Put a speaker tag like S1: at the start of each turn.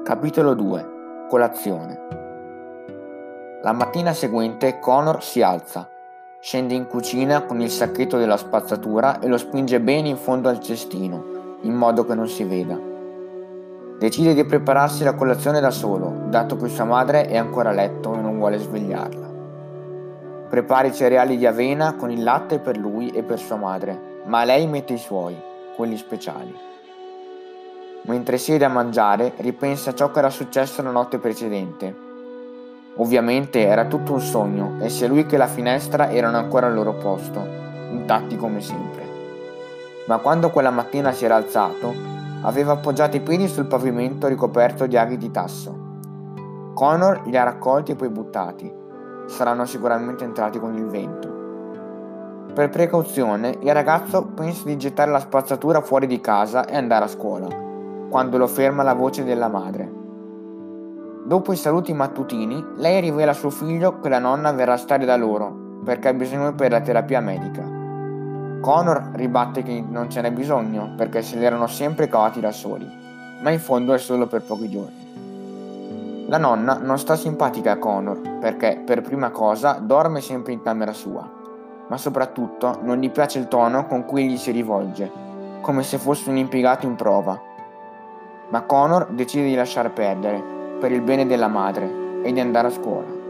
S1: Capitolo 2. Colazione. La mattina seguente Connor si alza, scende in cucina con il sacchetto della spazzatura e lo spinge bene in fondo al cestino, in modo che non si veda. Decide di prepararsi la colazione da solo, dato che sua madre è ancora a letto e non vuole svegliarla. Prepara i cereali di avena con il latte per lui e per sua madre, ma lei mette i suoi, quelli speciali. Mentre siede a mangiare, ripensa a ciò che era successo la notte precedente. Ovviamente era tutto un sogno e sia lui che la finestra erano ancora al loro posto, intatti come sempre. Ma quando quella mattina si era alzato, aveva appoggiato i piedi sul pavimento ricoperto di aghi di tasso. Connor li ha raccolti e poi buttati. Saranno sicuramente entrati con il vento. Per precauzione, il ragazzo pensa di gettare la spazzatura fuori di casa e andare a scuola, quando lo ferma la voce della madre. Dopo i saluti mattutini, lei rivela a suo figlio che la nonna verrà a stare da loro, perché ha bisogno per la terapia medica. Connor ribatte che non ce n'è bisogno, perché se l'erano sempre cavati da soli, ma in fondo è solo per pochi giorni. La nonna non sta simpatica a Connor, perché, per prima cosa, dorme sempre in camera sua, ma soprattutto non gli piace il tono con cui gli si rivolge, come se fosse un impiegato in prova. Ma Connor decide di lasciar perdere, per il bene della madre, e di andare a scuola.